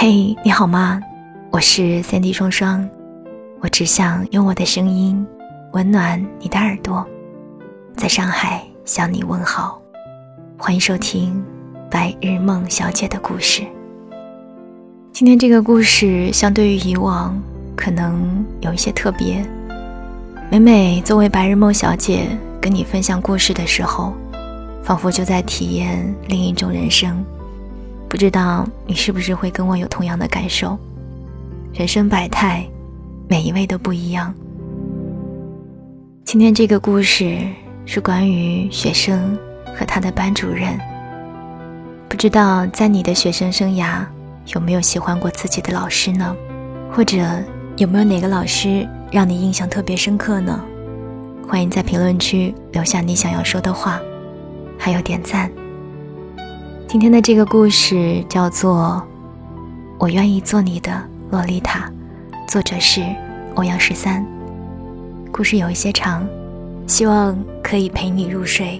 嘿，你好吗？我是Sandy双双，我只想用我的声音温暖你的耳朵，在上海向你问好。欢迎收听白日梦小姐的故事。今天这个故事相对于以往可能有一些特别，每每作为白日梦小姐跟你分享故事的时候，仿佛就在体验另一种人生。不知道你是不是会跟我有同样的感受？人生百态，每一位都不一样。今天这个故事是关于学生和他的班主任。不知道在你的学生生涯有没有喜欢过自己的老师呢？或者有没有哪个老师让你印象特别深刻呢？欢迎在评论区留下你想要说的话，还有点赞。今天的这个故事叫做我愿意做你的洛丽塔，作者是欧阳13。故事有一些长，希望可以陪你入睡。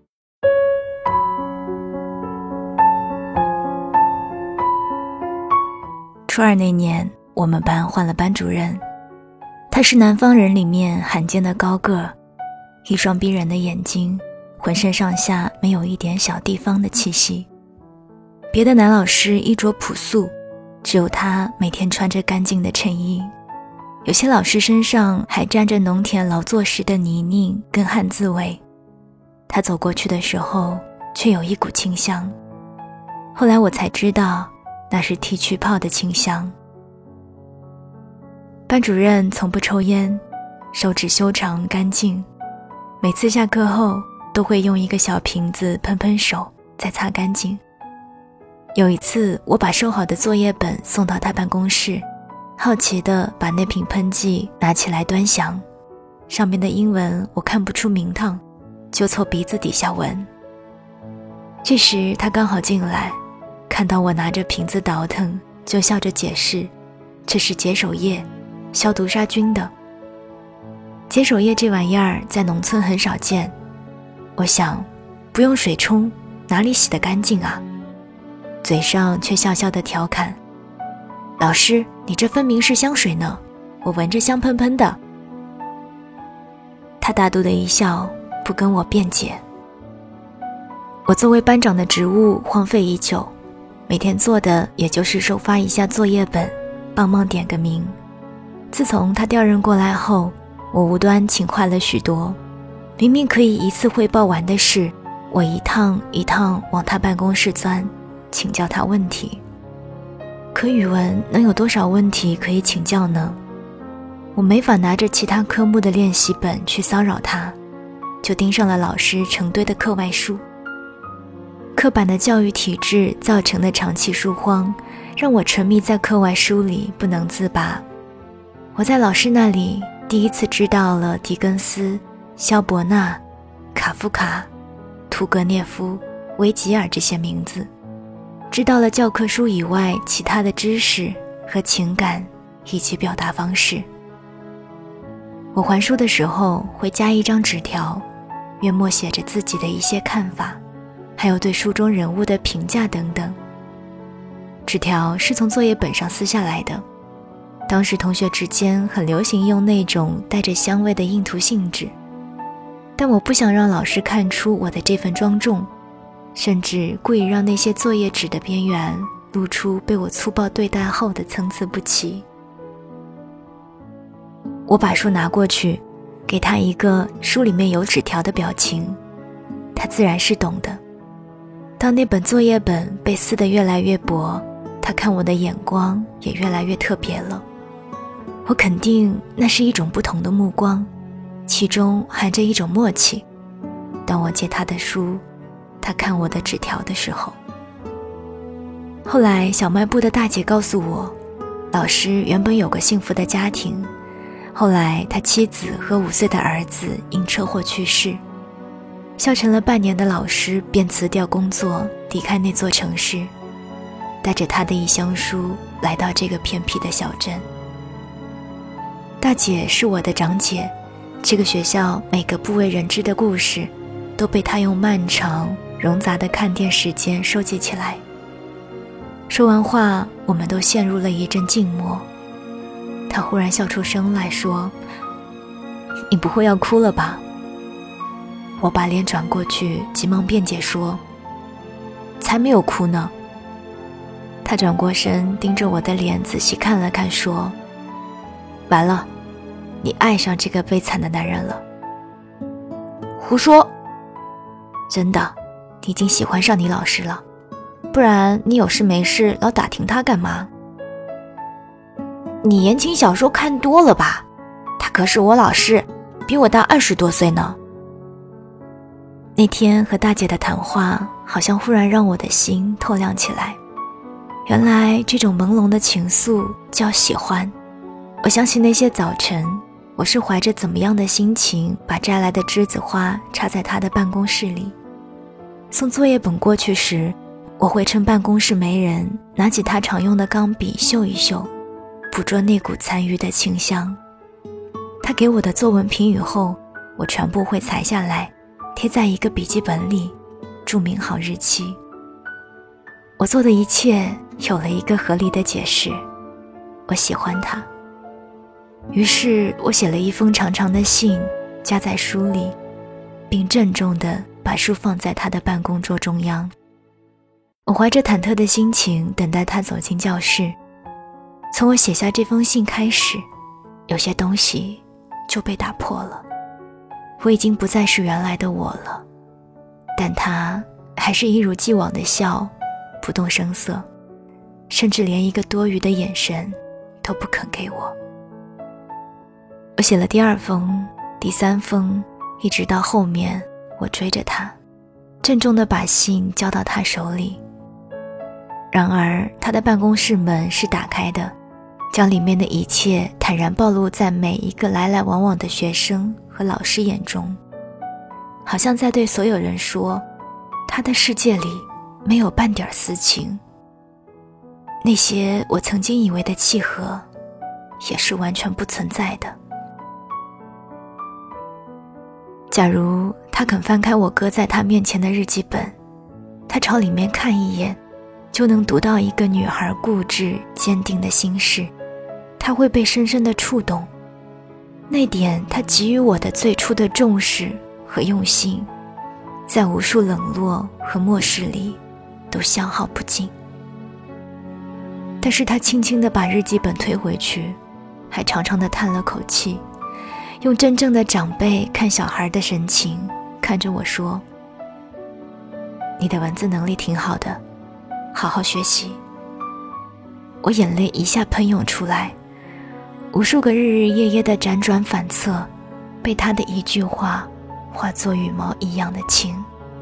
初二那年，我们班换了班主任，他是南方人里面罕见的高个，一双逼人的眼睛，浑身上下没有一点小地方的气息。别的男老师衣着朴素，只有他每天穿着干净的衬衣，有些老师身上还沾着农田劳作时的泥泞跟汗渍味。他走过去的时候却有一股清香，后来我才知道那是剃须泡的清香。班主任从不抽烟，手指修长干净，每次下课后都会用一个小瓶子喷喷手，再擦干净。有一次我把收好的作业本送到他办公室，好奇地把那瓶喷剂拿起来端详，上面的英文我看不出名堂，就凑鼻子底下闻。这时他刚好进来，看到我拿着瓶子倒腾，就笑着解释，这是洁手液，消毒杀菌的。洁手液这玩意儿在农村很少见，我想不用水冲，哪里洗得干净啊？嘴上却笑笑地调侃，老师，你这分明是香水呢，我闻着香喷喷的。他大度的一笑，不跟我辩解。我作为班长的职务荒废已久，每天做的也就是收发一下作业本，帮忙点个名。自从他调任过来后，我无端勤快了许多，明明可以一次汇报完的事，我一趟一趟往他办公室钻，请教他问题。可语文能有多少问题可以请教呢？我没法拿着其他科目的练习本去骚扰他，就盯上了老师成堆的课外书。刻板的教育体制造成的长期书荒，让我沉迷在课外书里不能自拔。我在老师那里第一次知道了狄更斯、萧伯纳、卡夫卡、屠格涅夫、维吉尔这些名字，知道了教科书以外其他的知识和情感以及表达方式。我还书的时候会加一张纸条，约莫写着自己的一些看法，还有对书中人物的评价等等。纸条是从作业本上撕下来的，当时同学之间很流行用那种带着香味的印图信纸，但我不想让老师看出我的这份庄重，甚至故意让那些作业纸的边缘露出被我粗暴对待后的参差不齐。我把书拿过去，给他一个书里面有纸条的表情，他自然是懂的。当那本作业本被撕得越来越薄，他看我的眼光也越来越特别了。我肯定那是一种不同的目光，其中含着一种默契。当我借他的书，他看我的纸条的时候。后来小卖部的大姐告诉我，老师原本有个幸福的家庭，后来他妻子和5岁的儿子因车祸去世，消沉了半年的老师便辞掉工作，离开那座城市，带着他的一箱书来到这个偏僻的小镇。大姐是我的长姐，这个学校每个不为人知的故事都被她用漫长冗杂的看店时间收集起来。 说完话，我们都陷入了一阵静默。他忽然笑出声来说：“你不会要哭了吧？”我把脸转过去，急忙辩解说：“才没有哭呢。”他转过身，盯着我的脸仔细看了看，说：“完了，你爱上这个悲惨的男人了。”“胡说！”“真的，你已经喜欢上你老师了，不然你有事没事老打听他干嘛？”“你言情小说看多了吧？他可是我老师，比我大20多岁呢。”那天和大姐的谈话，好像忽然让我的心透亮起来。原来这种朦胧的情愫叫喜欢。我想起那些早晨，我是怀着怎么样的心情，把摘来的栀子花插在他的办公室里。送作业本过去时，我会趁办公室没人，拿起他常用的钢笔嗅一嗅，捕捉那股残余的清香。他给我的作文评语后，我全部会裁下来，贴在一个笔记本里，注明好日期。我做的一切有了一个合理的解释，我喜欢他。于是我写了一封长长的信，夹在书里，并郑重地把书放在他的办公桌中央。我怀着忐忑的心情等待他走进教室。从我写下这封信开始，有些东西就被打破了。我已经不再是原来的我了，但他还是一如既往的笑，不动声色，甚至连一个多余的眼神都不肯给我。我写了第2封、第3封，一直到后面我追着他，郑重地把信交到他手里。然而他的办公室门是打开的，将里面的一切坦然暴露在每一个来来往往的学生和老师眼中，好像在对所有人说，他的世界里没有半点私情。那些我曾经以为的契合，也是完全不存在的。假如他肯翻开我搁在他面前的日记本，他朝里面看一眼，就能读到一个女孩固执坚定的心事，他会被深深的触动。那点他给予我的最初的重视和用心，在无数冷落和漠视里都消耗不尽。但是他轻轻地把日记本推回去，还长长地叹了口气，用真正的长辈看小孩的神情看着我说：“你的文字能力挺好的，好好学习。”我眼泪一下喷涌出来，无数个日日夜夜的辗转反侧，被他的一句话化作羽毛一样的轻。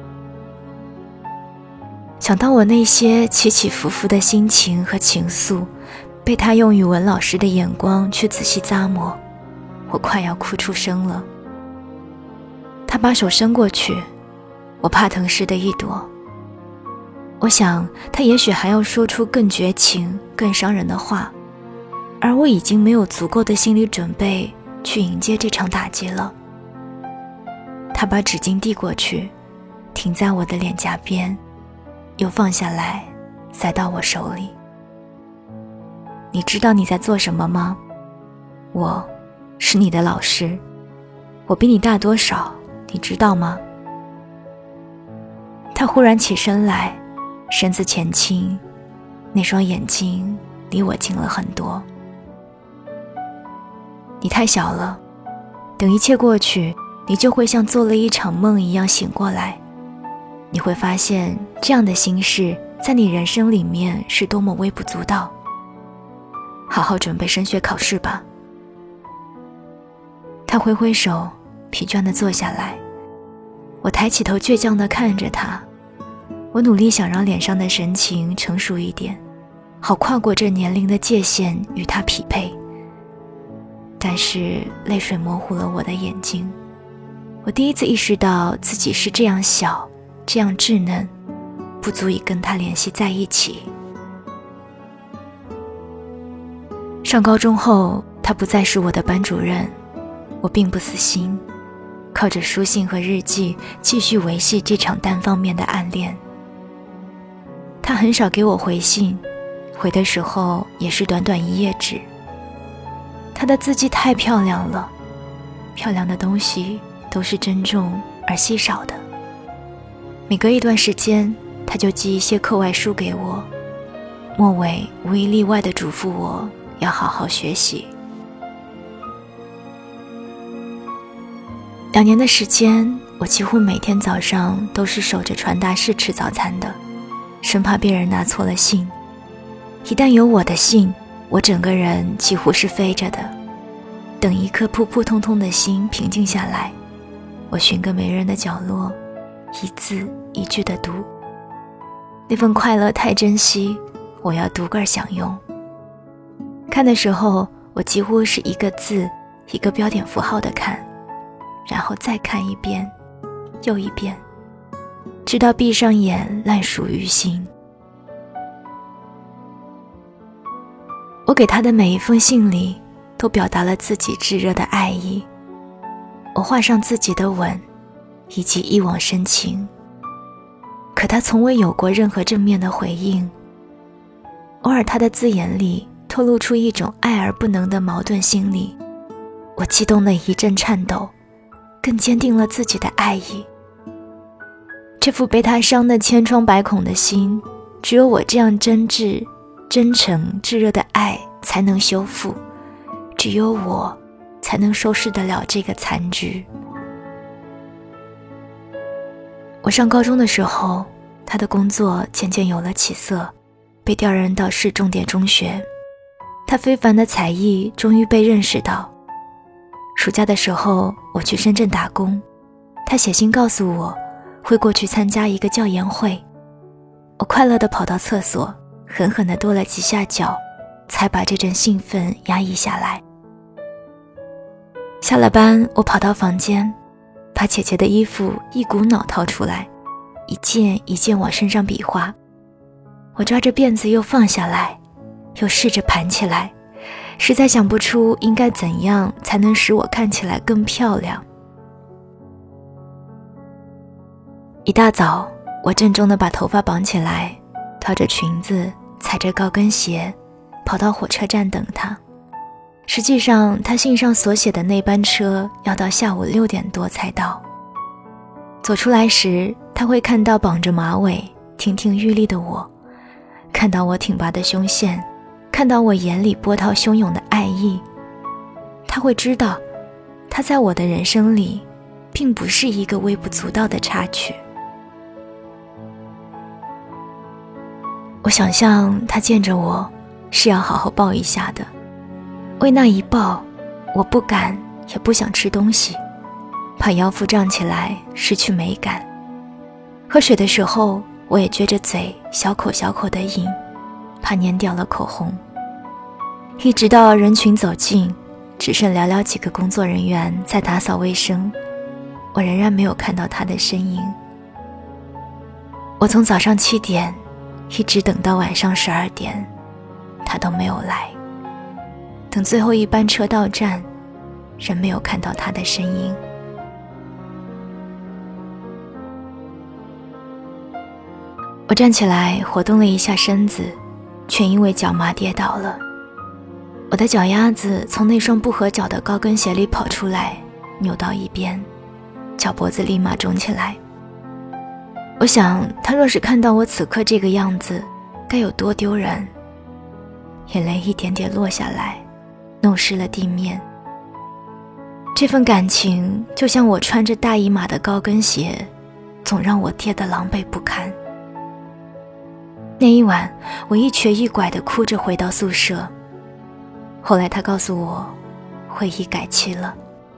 想到我那些起起伏伏的心情和情愫，被他用语文老师的眼光去仔细咂摸，我快要哭出声了。他把手伸过去，我怕疼似的一躲。我想他也许还要说出更绝情更伤人的话，而我已经没有足够的心理准备去迎接这场打击了。他把纸巾递过去，停在我的脸颊边，又放下来塞到我手里。你知道你在做什么吗？我是你的老师，我比你大多少，你知道吗？他忽然起身来，身子前倾，那双眼睛离我近了很多。你太小了，等一切过去，你就会像做了一场梦一样醒过来。你会发现这样的心事在你人生里面是多么微不足道。好好准备升学考试吧。他挥挥手，疲倦地坐下来。我抬起头倔强地看着他，我努力想让脸上的神情成熟一点，好跨过这年龄的界限与他匹配。但是泪水模糊了我的眼睛，我第一次意识到自己是这样小，这样稚嫩，不足以跟他联系在一起。上高中后，他不再是我的班主任，我并不死心，靠着书信和日记继续维系这场单方面的暗恋。他很少给我回信， 回的时候也是短短1页纸。他的字迹太漂亮了，漂亮的东西都是珍重而稀少的。每隔一段时间，他就寄一些课外书给我，末尾无一例外地嘱咐我要好好学习。2年的时间，我几乎每天早上都是守着传达室吃早餐的，生怕别人拿错了信。一旦有我的信，我整个人几乎是飞着的。等一颗扑扑通通的心平静下来，我寻个没人的角落，一字一句地读。那份快乐太珍惜，我要独个享用。看的时候，我几乎是一个字一个标点符号地看，然后再看一遍又一遍，直到闭上眼烂熟于心。我给他的每一封信里都表达了自己炙热的爱意，我画上自己的吻以及一往深情，可他从未有过任何正面的回应。偶尔他的字眼里透露出一种爱而不能的矛盾心理，我激动得一阵颤抖，更坚定了自己的爱意。这副被他伤得千疮百孔的心，只有我这样真挚、真诚、炙热的爱才能修复，只有我才能收拾得了这个残局。我上高中的时候，他的工作渐渐有了起色，被调任到市重点中学。他非凡的才艺终于被认识到。暑假的时候，我去深圳打工，他写信告诉我会过去参加一个教研会。我快乐地跑到厕所，狠狠地跺了几下脚，才把这阵兴奋压抑下来。下了班，我跑到房间，把姐姐的衣服一股脑掏出来，一件一件往身上比划。我抓着辫子又放下来，又试着盘起来，实在想不出应该怎样才能使我看起来更漂亮。一大早，我郑重地把头发绑起来，套着裙子，踩着高跟鞋，跑到火车站等他。实际上，他信上所写的那班车要到下午6点多才到。走出来时，他会看到绑着马尾、亭亭玉立的我，看到我挺拔的胸线，看到我眼里波涛汹涌的爱意。他会知道，他在我的人生里，并不是一个微不足道的插曲。我想象他见着我，是要好好抱一下的。为那一抱，我不敢也不想吃东西，怕腰腹胀起来失去美感。喝水的时候，我也撅着嘴小口小口地饮，怕粘掉了口红。一直到人群走近，只剩寥寥几个工作人员在打扫卫生，我仍然没有看到他的身影。我从早上7点一直等到晚上12点，他都没有来。等最后一班车到站，仍没有看到他的身影。我站起来活动了一下身子，却因为脚麻跌倒了。我的脚丫子从那双不合脚的高跟鞋里跑出来，扭到一边，脚脖子立马肿起来。我想，他若是看到我此刻这个样子，该有多丢人。眼泪一点点落下来，弄湿了地面。这份感情就像我穿着大一码的高跟鞋，总让我跌得狼狈不堪。那一晚，我一瘸一拐地哭着回到宿舍。后来他告诉我，会议改期了。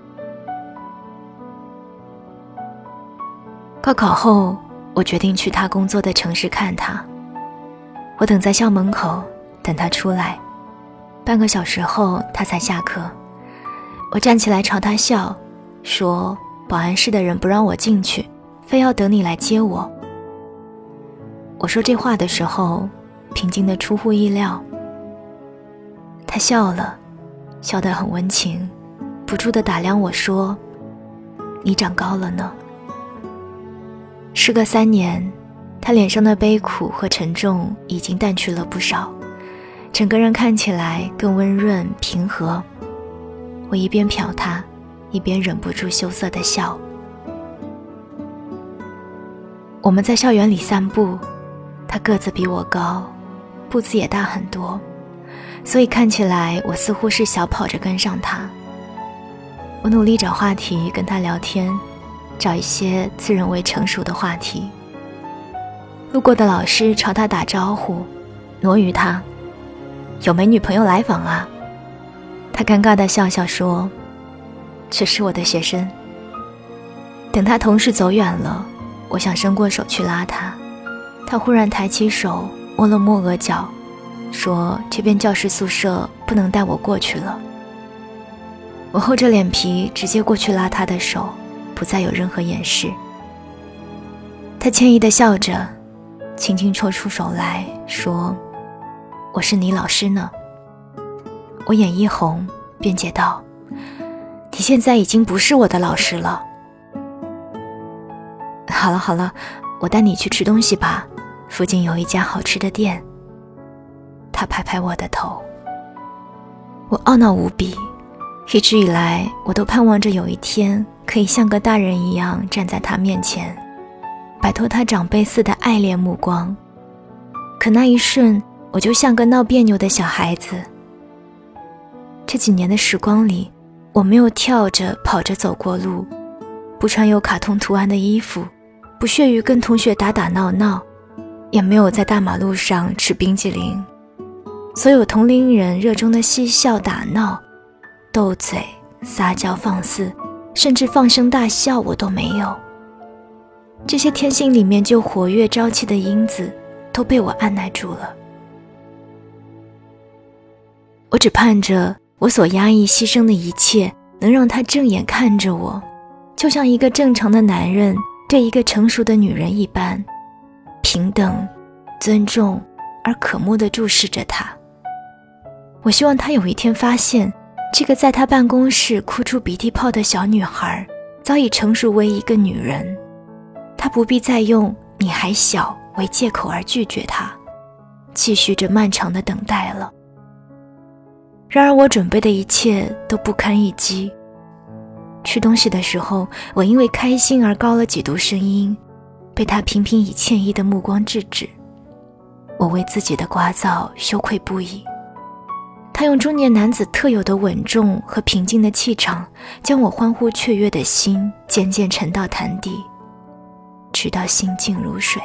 高考后，我决定去他工作的城市看他。我等在校门口，等他出来。半个小时后，他才下课。我站起来朝他笑，说保安室的人不让我进去，非要等你来接我。我说这话的时候，平静得出乎意料。他笑了，笑得很温情，不住地打量我说，你长高了呢。 时隔3年，他脸上的悲苦和沉重已经淡去了不少， 整个人看起来更温润平和。我一边瞟他，一边忍不住羞涩地笑。我们在校园里散步，他个子比我高，步子也大很多，所以看起来我似乎是小跑着跟上他。我努力找话题跟他聊天，找一些自认为成熟的话题。路过的老师朝他打招呼，挪于他，有没女朋友来访啊？他尴尬地笑笑说，这是我的学生。等他同事走远了，我想伸过手去拉他，他忽然抬起手摸了摸额角，说这边教室宿舍不能带我过去了。我厚着脸皮直接过去拉他的手，不再有任何掩饰。他歉意地笑着，轻轻抽出手来说，我是你老师呢。我眼一红，辩解道，你现在已经不是我的老师了。好了好了，我带你去吃东西吧，附近有一家好吃的店。他拍拍我的头。我懊恼无比，一直以来我都盼望着有一天可以像个大人一样站在他面前，摆脱他长辈似的爱恋目光。可那一瞬，我就像个闹别扭的小孩子。这几年的时光里，我没有跳着跑着走过路，不穿有卡通图案的衣服，不屑于跟同学打打闹闹，也没有在大马路上吃冰激凌。所有同龄人热衷的嬉笑打闹、斗嘴、撒娇放肆，甚至放声大笑，我都没有。这些天性里面就活跃朝气的因子都被我按捺住了。我只盼着我所压抑牺牲的一切能让他正眼看着我，就像一个正常的男人对一个成熟的女人一般，平等、尊重而渴慕地注视着他。我希望他有一天发现，这个在他办公室哭出鼻涕泡的小女孩早已成熟为一个女人，他不必再用你还小为借口而拒绝他，继续着漫长的等待了。然而我准备的一切都不堪一击。吃东西的时候，我因为开心而高了几度声音，被他频频以歉意的目光制止。我为自己的聒噪羞愧不已。他用中年男子特有的稳重和平静的气场，将我欢呼雀跃的心渐渐沉到潭底，直到心静如水。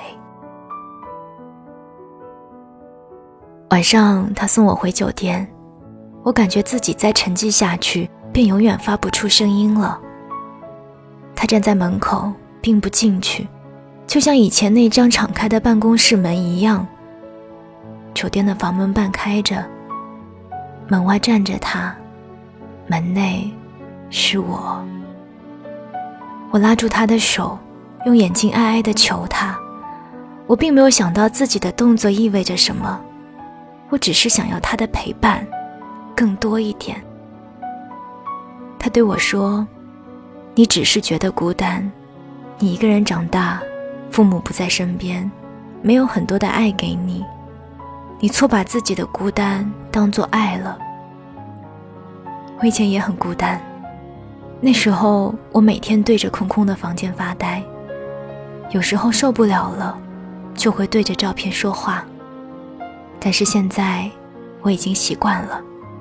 晚上他送我回酒店，我感觉自己再沉寂下去便永远发不出声音了。他站在门口并不进去，就像以前那张敞开的办公室门一样。酒店的房门半开着，门外站着他，门内是我。我拉住他的手，用眼睛哀哀地求他。我并没有想到自己的动作意味着什么，我只是想要他的陪伴更多一点。他对我说，你只是觉得孤单，你一个人长大，父母不在身边，没有很多的爱给你，你错把自己的孤单当作爱了。我以前也很孤单，那时候我每天对着空空的房间发呆，有时候受不了了，就会对着照片说话。但是现在我已经习惯了。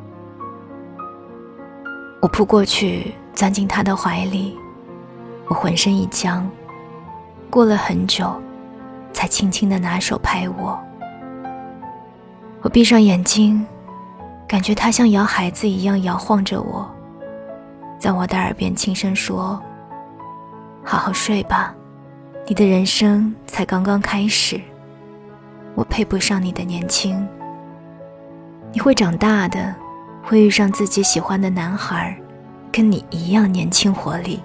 我扑过去钻进他的怀里，我浑身一僵，过了很久才轻轻地拿手拍我。我闭上眼睛，感觉他像摇孩子一样摇晃着我，在我的耳边轻声说，好好睡吧，你的人生才刚刚开始，我配不上你的年轻，你会长大的，会遇上自己喜欢的男孩，跟你一样年轻活力。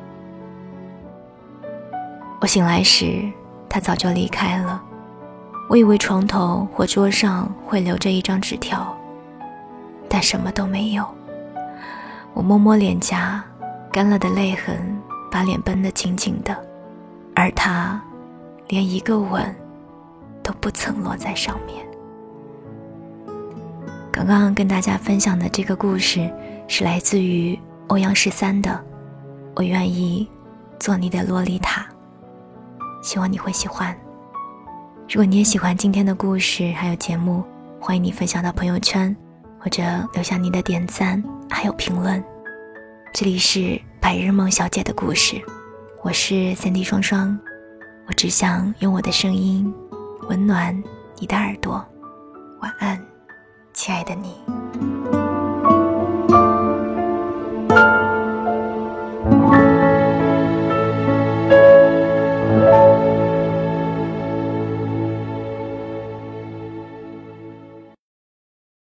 我醒来时，他早就离开了。我以为床头或桌上会留着一张纸条，但什么都没有。我摸摸脸颊，干了的泪痕把脸绷得紧紧的，而他连一个吻都不曾落在上面。 刚刚跟大家分享的这个故事是来自于欧阳13的《我愿意做你的洛丽塔》，希望你会喜欢。如果你也喜欢今天的故事还有节目，欢迎你分享到朋友圈，或者留下你的点赞还有评论。这里是白日梦小姐的故事，我是Sandy双双，我只想用我的声音温暖你的耳朵。晚安，亲爱的你。